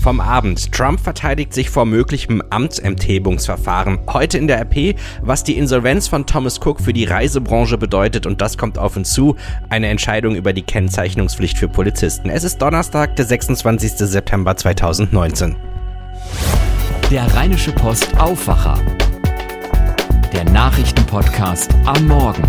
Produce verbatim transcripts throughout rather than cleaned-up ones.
vom Abend. Trump verteidigt sich vor möglichem Amtsenthebungsverfahren. Heute in der R P, was die Insolvenz von Thomas Cook für die Reisebranche bedeutet, und das kommt auf uns zu. Eine Entscheidung über die Kennzeichnungspflicht für Polizisten. Es ist Donnerstag, der sechsundzwanzigster September zweitausendneunzehn. Der Rheinische Post Aufwacher. Der Nachrichtenpodcast am Morgen.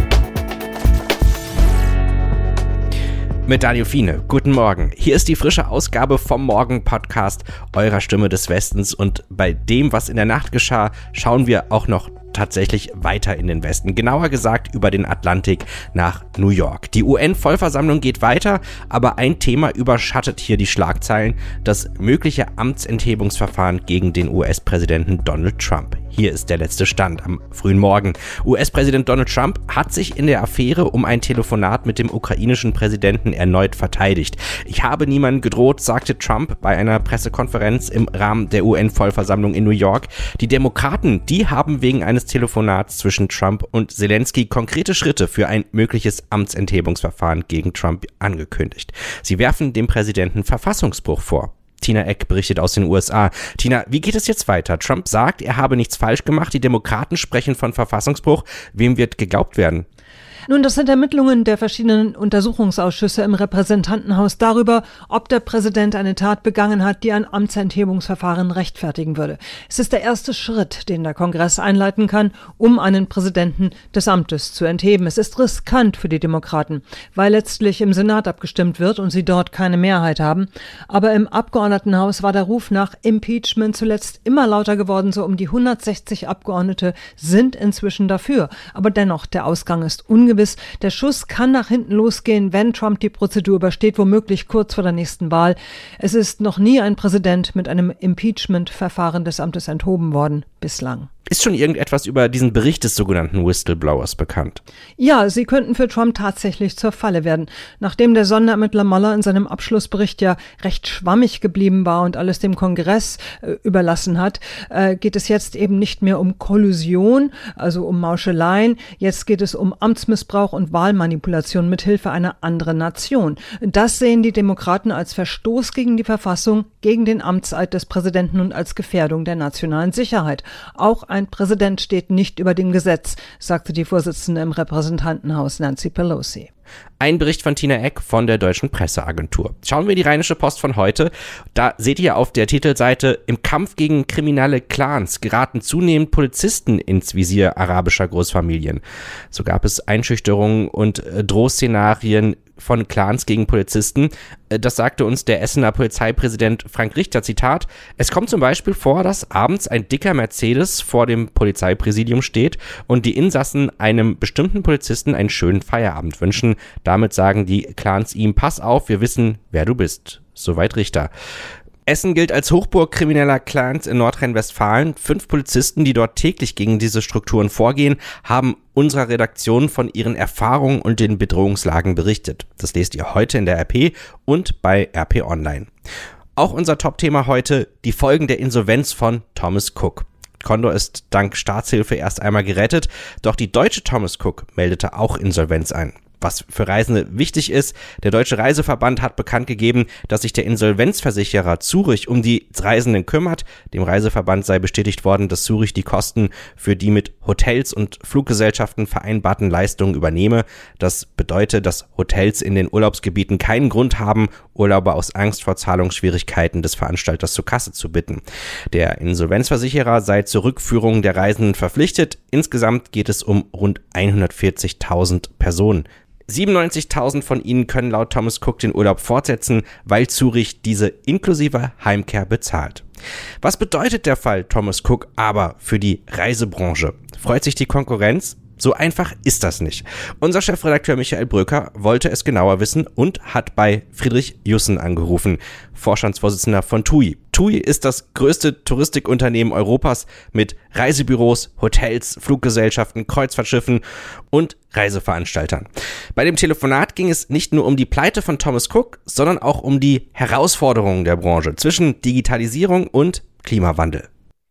Mit Daniel Fiene. Guten Morgen. Hier ist die frische Ausgabe vom Morgen-Podcast, eurer Stimme des Westens. Und bei dem, was in der Nacht geschah, schauen wir auch noch tatsächlich weiter in den Westen. Genauer gesagt über den Atlantik nach New York. Die U N-Vollversammlung geht weiter, aber ein Thema überschattet hier die Schlagzeilen: das mögliche Amtsenthebungsverfahren gegen den U S-Präsidenten Donald Trump. Hier ist der letzte Stand am frühen Morgen. U S-Präsident Donald Trump hat sich in der Affäre um ein Telefonat mit dem ukrainischen Präsidenten erneut verteidigt. Ich habe niemanden gedroht, sagte Trump bei einer Pressekonferenz im Rahmen der U N-Vollversammlung in New York. Die Demokraten, die haben wegen eines Telefonats zwischen Trump und Zelensky konkrete Schritte für ein mögliches Amtsenthebungsverfahren gegen Trump angekündigt. Sie werfen dem Präsidenten Verfassungsbruch vor. Tina Eck berichtet aus den U S A. Tina, wie geht es jetzt weiter? Trump sagt, er habe nichts falsch gemacht. Die Demokraten sprechen von Verfassungsbruch. Wem wird geglaubt werden? Nun, das sind Ermittlungen der verschiedenen Untersuchungsausschüsse im Repräsentantenhaus darüber, ob der Präsident eine Tat begangen hat, die ein Amtsenthebungsverfahren rechtfertigen würde. Es ist der erste Schritt, den der Kongress einleiten kann, um einen Präsidenten des Amtes zu entheben. Es ist riskant für die Demokraten, weil letztlich im Senat abgestimmt wird und sie dort keine Mehrheit haben. Aber im Abgeordnetenhaus war der Ruf nach Impeachment zuletzt immer lauter geworden. So um die hundertsechzig Abgeordnete sind inzwischen dafür. Aber dennoch, der Ausgang ist ungewiss. Der Schuss kann nach hinten losgehen, wenn Trump die Prozedur übersteht, womöglich kurz vor der nächsten Wahl. Es ist noch nie ein Präsident mit einem Impeachment-Verfahren des Amtes enthoben worden, bislang. Ist schon irgendetwas über diesen Bericht des sogenannten Whistleblowers bekannt? Ja, sie könnten für Trump tatsächlich zur Falle werden. Nachdem der Sonderermittler Mueller in seinem Abschlussbericht ja recht schwammig geblieben war und alles dem Kongress äh, überlassen hat, äh, geht es jetzt eben nicht mehr um Kollusion, also um Mauscheleien. Jetzt geht es um Amtsmissbrauch und Wahlmanipulation mithilfe einer anderen Nation. Das sehen die Demokraten als Verstoß gegen die Verfassung, gegen den Amtseid des Präsidenten und als Gefährdung der nationalen Sicherheit. Auch ein Präsident steht nicht über dem Gesetz, sagte die Vorsitzende im Repräsentantenhaus Nancy Pelosi. Ein Bericht von Tina Eck von der Deutschen Presseagentur. Schauen wir die Rheinische Post von heute. Da seht ihr auf der Titelseite: Im Kampf gegen kriminelle Clans geraten zunehmend Polizisten ins Visier arabischer Großfamilien. So gab es Einschüchterungen und äh, Drohszenarien von Clans gegen Polizisten. Das sagte uns der Essener Polizeipräsident Frank Richter, Zitat: Es kommt zum Beispiel vor, dass abends ein dicker Mercedes vor dem Polizeipräsidium steht und die Insassen einem bestimmten Polizisten einen schönen Feierabend wünschen. Damit sagen die Clans ihm: Pass auf, wir wissen, wer du bist. Soweit Richter. Essen gilt als Hochburg krimineller Clans in Nordrhein-Westfalen. Fünf Polizisten, die dort täglich gegen diese Strukturen vorgehen, haben unserer Redaktion von ihren Erfahrungen und den Bedrohungslagen berichtet. Das lest ihr heute in der R P und bei R P Online. Auch unser Top-Thema heute: die Folgen der Insolvenz von Thomas Cook. Condor ist dank Staatshilfe erst einmal gerettet, doch die deutsche Thomas Cook meldete auch Insolvenz ein. Was für Reisende wichtig ist: Der Deutsche Reiseverband hat bekannt gegeben, dass sich der Insolvenzversicherer Zurich um die Reisenden kümmert. Dem Reiseverband sei bestätigt worden, dass Zurich die Kosten für die mit Hotels und Fluggesellschaften vereinbarten Leistungen übernehme. Das bedeutet, dass Hotels in den Urlaubsgebieten keinen Grund haben, Urlauber aus Angst vor Zahlungsschwierigkeiten des Veranstalters zur Kasse zu bitten. Der Insolvenzversicherer sei zur Rückführung der Reisenden verpflichtet. Insgesamt geht es um rund hundertvierzigtausend Personen. siebenundneunzigtausend von ihnen können laut Thomas Cook den Urlaub fortsetzen, weil Zurich diese inklusive Heimkehr bezahlt. Was bedeutet der Fall Thomas Cook aber für die Reisebranche? Freut sich die Konkurrenz? So einfach ist das nicht. Unser Chefredakteur Michael Bröker wollte es genauer wissen und hat bei Friedrich Jussen angerufen, Vorstandsvorsitzender von T U I. T U I ist das größte Touristikunternehmen Europas mit Reisebüros, Hotels, Fluggesellschaften, Kreuzfahrtschiffen und Reiseveranstaltern. Bei dem Telefonat ging es nicht nur um die Pleite von Thomas Cook, sondern auch um die Herausforderungen der Branche zwischen Digitalisierung und Klimawandel.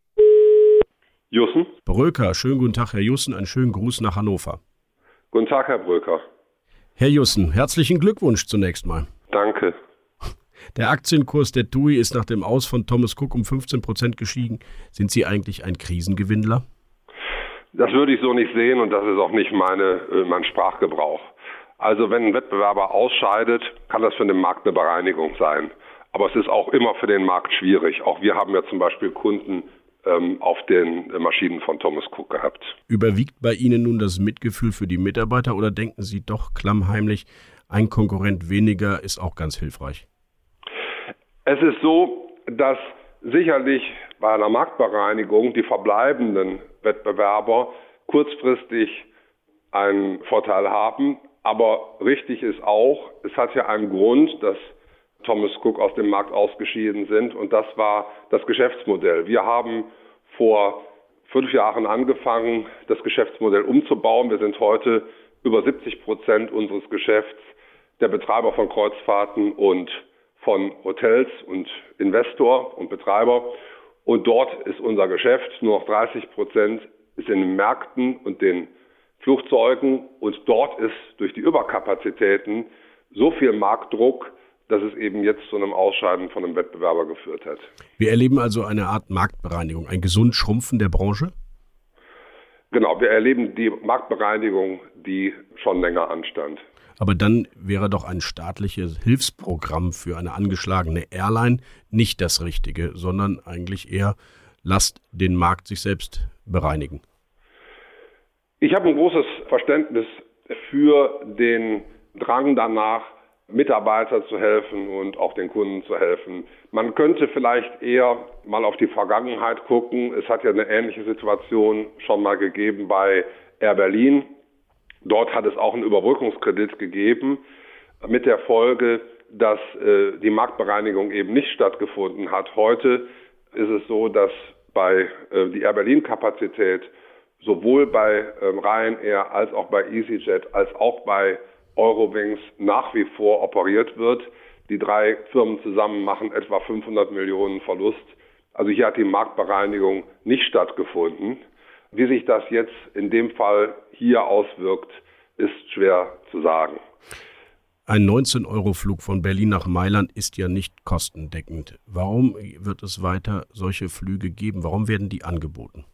Jussen? Bröker, schönen guten Tag, Herr Jussen, einen schönen Gruß nach Hannover. Guten Tag, Herr Bröker. Herr Jussen, herzlichen Glückwunsch zunächst mal. Danke. Der Aktienkurs der T U I ist nach dem Aus von Thomas Cook um fünfzehn Prozent gestiegen. Sind Sie eigentlich ein Krisengewinnler? Das würde ich so nicht sehen und das ist auch nicht meine, mein Sprachgebrauch. Also wenn ein Wettbewerber ausscheidet, kann das für den Markt eine Bereinigung sein. Aber es ist auch immer für den Markt schwierig. Auch wir haben ja zum Beispiel Kunden ähm, auf den Maschinen von Thomas Cook gehabt. Überwiegt bei Ihnen nun das Mitgefühl für die Mitarbeiter oder denken Sie doch klammheimlich, ein Konkurrent weniger ist auch ganz hilfreich? Es ist so, dass sicherlich bei einer Marktbereinigung die verbleibenden Wettbewerber kurzfristig einen Vorteil haben. Aber richtig ist auch, es hat ja einen Grund, dass Thomas Cook aus dem Markt ausgeschieden sind und das war das Geschäftsmodell. Wir haben vor fünf Jahren angefangen, das Geschäftsmodell umzubauen. Wir sind heute über siebzig Prozent unseres Geschäfts der Betreiber von Kreuzfahrten und von Hotels und Investor und Betreiber. Und dort ist unser Geschäft, nur noch dreißig Prozent ist in den Märkten und den Flugzeugen. Und dort ist durch die Überkapazitäten so viel Marktdruck, dass es eben jetzt zu einem Ausscheiden von einem Wettbewerber geführt hat. Wir erleben also eine Art Marktbereinigung, ein gesund Schrumpfen der Branche? Genau, wir erleben die Marktbereinigung, die schon länger anstand. Aber dann wäre doch ein staatliches Hilfsprogramm für eine angeschlagene Airline nicht das Richtige, sondern eigentlich eher lasst den Markt sich selbst bereinigen. Ich habe ein großes Verständnis für den Drang danach, Mitarbeiter zu helfen und auch den Kunden zu helfen. Man könnte vielleicht eher mal auf die Vergangenheit gucken. Es hat ja eine ähnliche Situation schon mal gegeben bei Air Berlin. Dort hat es auch einen Überbrückungskredit gegeben, mit der Folge, dass äh, die Marktbereinigung eben nicht stattgefunden hat. Heute ist es so, dass bei äh, die Air Berlin-Kapazität sowohl bei ähm, Ryanair als auch bei EasyJet als auch bei Eurowings nach wie vor operiert wird. Die drei Firmen zusammen machen etwa fünfhundert Millionen Verlust. Also hier hat die Marktbereinigung nicht stattgefunden. Wie sich das jetzt in dem Fall hier auswirkt, ist schwer zu sagen. Ein neunzehn-Euro-Flug von Berlin nach Mailand ist ja nicht kostendeckend. Warum wird es weiter solche Flüge geben? Warum werden die angeboten?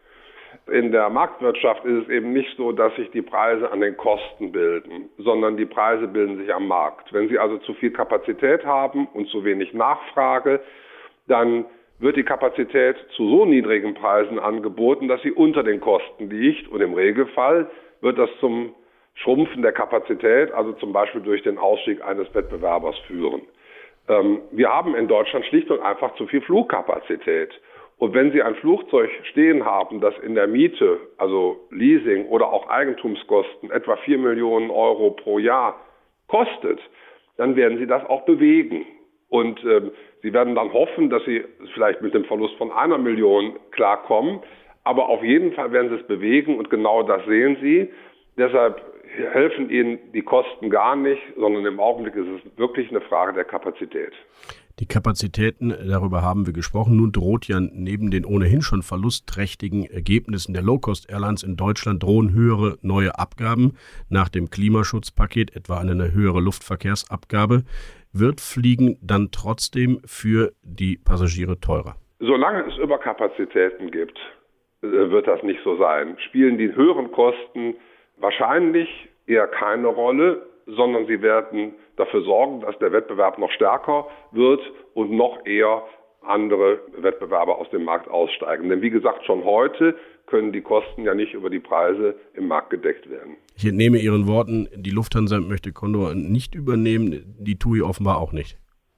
In der Marktwirtschaft ist es eben nicht so, dass sich die Preise an den Kosten bilden, sondern die Preise bilden sich am Markt. Wenn Sie also zu viel Kapazität haben und zu wenig Nachfrage, dann wird die Kapazität zu so niedrigen Preisen angeboten, dass sie unter den Kosten liegt. Und im Regelfall wird das zum Schrumpfen der Kapazität, also zum Beispiel durch den Ausstieg eines Wettbewerbers führen. Ähm, wir haben in Deutschland schlicht und einfach zu viel Flugkapazität. Und wenn Sie ein Flugzeug stehen haben, das in der Miete, also Leasing oder auch Eigentumskosten, etwa vier Millionen Euro pro Jahr kostet, dann werden Sie das auch bewegen. Und ähm, Sie werden dann hoffen, dass Sie vielleicht mit dem Verlust von einer Million klarkommen. Aber auf jeden Fall werden Sie es bewegen und genau das sehen Sie. Deshalb helfen Ihnen die Kosten gar nicht, sondern im Augenblick ist es wirklich eine Frage der Kapazität. Die Kapazitäten, darüber haben wir gesprochen. Nun droht ja neben den ohnehin schon verlustträchtigen Ergebnissen der Low-Cost-Airlines in Deutschland drohen höhere neue Abgaben nach dem Klimaschutzpaket, etwa eine höhere Luftverkehrsabgabe. Wird Fliegen dann trotzdem für die Passagiere teurer? Solange es Überkapazitäten gibt, wird das nicht so sein. Spielen die höheren Kosten wahrscheinlich eher keine Rolle, sondern sie werden dafür sorgen, dass der Wettbewerb noch stärker wird und noch eher andere Wettbewerber aus dem Markt aussteigen. Denn wie gesagt, schon heute können die Kosten ja nicht über die Preise im Markt gedeckt werden. Ich entnehme Ihren Worten, die Lufthansa möchte Condor nicht übernehmen, die T U I offenbar auch nicht.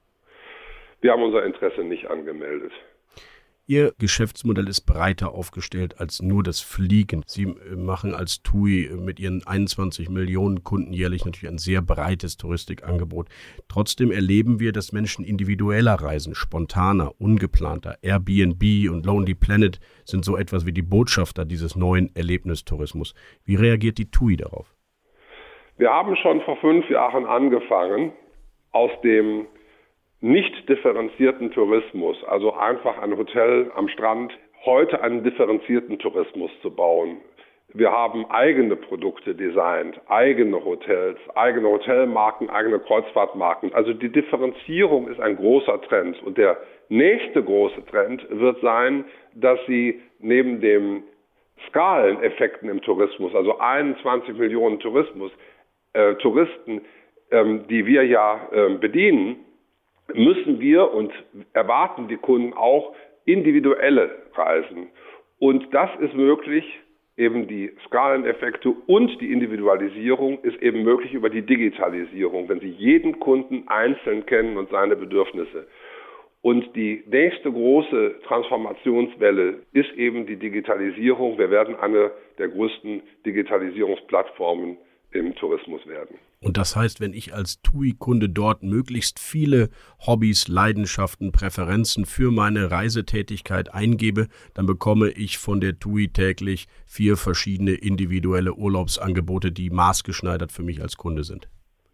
Wir haben unser Interesse nicht angemeldet. Ihr Geschäftsmodell ist breiter aufgestellt als nur das Fliegen. Sie machen als T U I mit Ihren einundzwanzig Millionen Kunden jährlich natürlich ein sehr breites Touristikangebot. Trotzdem erleben wir, dass Menschen individueller reisen, spontaner, ungeplanter. Airbnb und Lonely Planet sind so etwas wie die Botschafter dieses neuen Erlebnistourismus. Wie reagiert die T U I darauf? Wir haben schon vor fünf Jahren angefangen, aus dem nicht differenzierten Tourismus, also einfach ein Hotel am Strand, heute einen differenzierten Tourismus zu bauen. Wir haben eigene Produkte designt, eigene Hotels, eigene Hotelmarken, eigene Kreuzfahrtmarken. Also die Differenzierung ist ein großer Trend. Und der nächste große Trend wird sein, dass Sie neben dem Skaleneffekten im Tourismus, also einundzwanzig Millionen Tourismus, äh, Touristen, ähm, die wir ja äh, bedienen, müssen wir und erwarten die Kunden auch individuelle Reisen. Und das ist möglich, eben die Skaleneffekte und die Individualisierung ist eben möglich über die Digitalisierung, wenn Sie jeden Kunden einzeln kennen und seine Bedürfnisse. Und die nächste große Transformationswelle ist eben die Digitalisierung. Wir werden eine der größten Digitalisierungsplattformen im Tourismus werden. Und das heißt, wenn ich als T U I-Kunde dort möglichst viele Hobbys, Leidenschaften, Präferenzen für meine Reisetätigkeit eingebe, dann bekomme ich von der T U I täglich vier verschiedene individuelle Urlaubsangebote, die maßgeschneidert für mich als Kunde sind.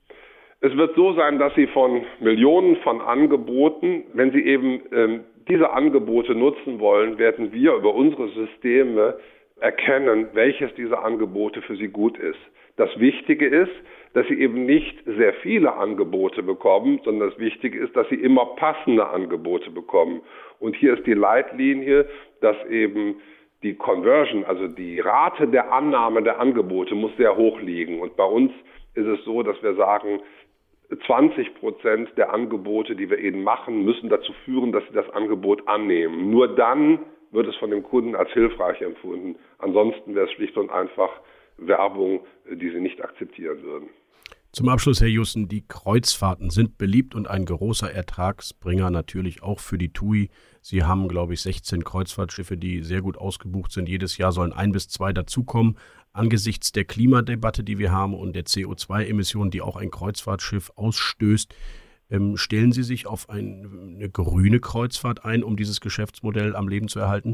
Es wird so sein, dass Sie von Millionen von Angeboten, wenn Sie eben ähm, diese Angebote nutzen wollen, werden wir über unsere Systeme erkennen, welches dieser Angebote für Sie gut ist. Das Wichtige ist, dass Sie eben nicht sehr viele Angebote bekommen, sondern das Wichtige ist, dass Sie immer passende Angebote bekommen. Und hier ist die Leitlinie, dass eben die Conversion, also die Rate der Annahme der Angebote, muss sehr hoch liegen. Und bei uns ist es so, dass wir sagen, zwanzig Prozent der Angebote, die wir eben machen, müssen dazu führen, dass Sie das Angebot annehmen. Nur dann wird es von dem Kunden als hilfreich empfunden. Ansonsten wäre es schlicht und einfach Werbung, die Sie nicht akzeptieren würden. Zum Abschluss, Herr Jussen, die Kreuzfahrten sind beliebt und ein großer Ertragsbringer natürlich auch für die T U I. Sie haben, glaube ich, sechzehn Kreuzfahrtschiffe, die sehr gut ausgebucht sind. Jedes Jahr sollen ein bis zwei dazukommen. Angesichts der Klimadebatte, die wir haben und der C O zwei Emissionen, die auch ein Kreuzfahrtschiff ausstößt, ähm, stellen Sie sich auf ein, eine grüne Kreuzfahrt ein, um dieses Geschäftsmodell am Leben zu erhalten?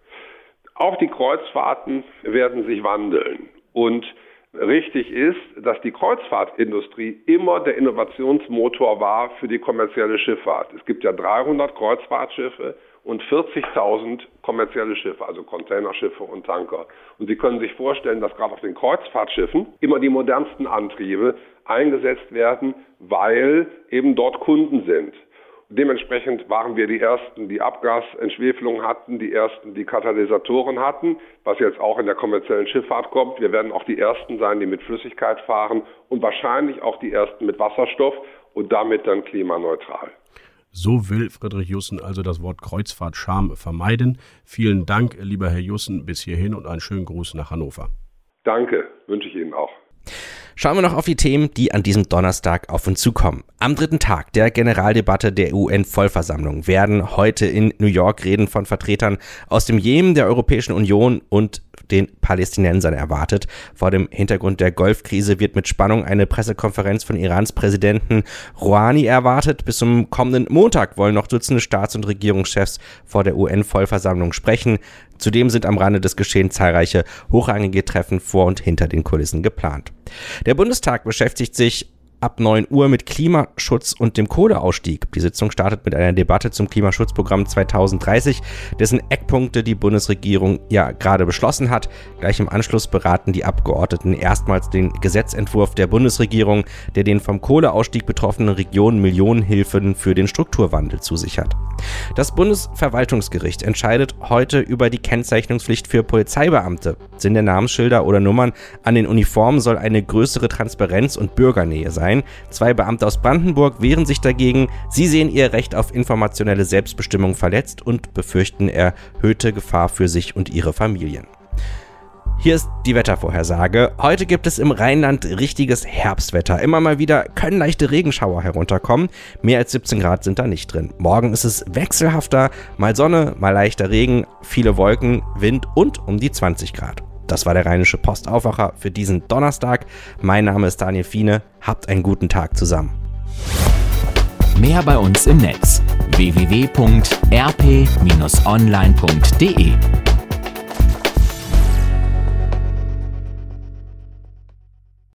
Auch die Kreuzfahrten werden sich wandeln. Und richtig ist, dass die Kreuzfahrtindustrie immer der Innovationsmotor war für die kommerzielle Schifffahrt. Es gibt ja dreihundert Kreuzfahrtschiffe und vierzigtausend kommerzielle Schiffe, also Containerschiffe und Tanker. Und Sie können sich vorstellen, dass gerade auf den Kreuzfahrtschiffen immer die modernsten Antriebe eingesetzt werden, weil eben dort Kunden sind. Dementsprechend waren wir die Ersten, die Abgasentschwefelung hatten, die Ersten, die Katalysatoren hatten, was jetzt auch in der kommerziellen Schifffahrt kommt. Wir werden auch die Ersten sein, die mit Flüssigkeit fahren und wahrscheinlich auch die Ersten mit Wasserstoff und damit dann klimaneutral. So will Friedrich Jussen also das Wort Kreuzfahrtscham vermeiden. Vielen Dank, lieber Herr Jussen, bis hierhin und einen schönen Gruß nach Hannover. Danke, wünsche ich Ihnen auch. Schauen wir noch auf die Themen, die an diesem Donnerstag auf uns zukommen. Am dritten Tag der Generaldebatte der U N-Vollversammlung werden heute in New York Reden von Vertretern aus dem Jemen, der Europäischen Union und den Palästinensern erwartet. Vor dem Hintergrund der Golfkrise wird mit Spannung eine Pressekonferenz von Irans Präsidenten Rouhani erwartet. Bis zum kommenden Montag wollen noch Dutzende Staats- und Regierungschefs vor der U N-Vollversammlung sprechen. Zudem sind am Rande des Geschehens zahlreiche hochrangige Treffen vor und hinter den Kulissen geplant. Der Bundestag beschäftigt sich ab neun Uhr mit Klimaschutz und dem Kohleausstieg. Die Sitzung startet mit einer Debatte zum Klimaschutzprogramm zweitausenddreißig, dessen Eckpunkte die Bundesregierung ja gerade beschlossen hat. Gleich im Anschluss beraten die Abgeordneten erstmals den Gesetzentwurf der Bundesregierung, der den vom Kohleausstieg betroffenen Regionen Millionenhilfen für den Strukturwandel zusichert. Das Bundesverwaltungsgericht entscheidet heute über die Kennzeichnungspflicht für Polizeibeamte. Sinn der Namensschilder oder Nummern an den Uniformen soll eine größere Transparenz und Bürgernähe sein. Zwei Beamte aus Brandenburg wehren sich dagegen. Sie sehen ihr Recht auf informationelle Selbstbestimmung verletzt und befürchten erhöhte Gefahr für sich und ihre Familien. Hier ist die Wettervorhersage. Heute gibt es im Rheinland richtiges Herbstwetter. Immer mal wieder können leichte Regenschauer herunterkommen. Mehr als siebzehn Grad sind da nicht drin. Morgen ist es wechselhafter. Mal Sonne, mal leichter Regen, viele Wolken, Wind und um die zwanzig Grad. Das war der Rheinische Postaufwacher für diesen Donnerstag. Mein Name ist Daniel Fiene. Habt einen guten Tag zusammen. Mehr bei uns im Netz w w w punkt r p dash online punkt d e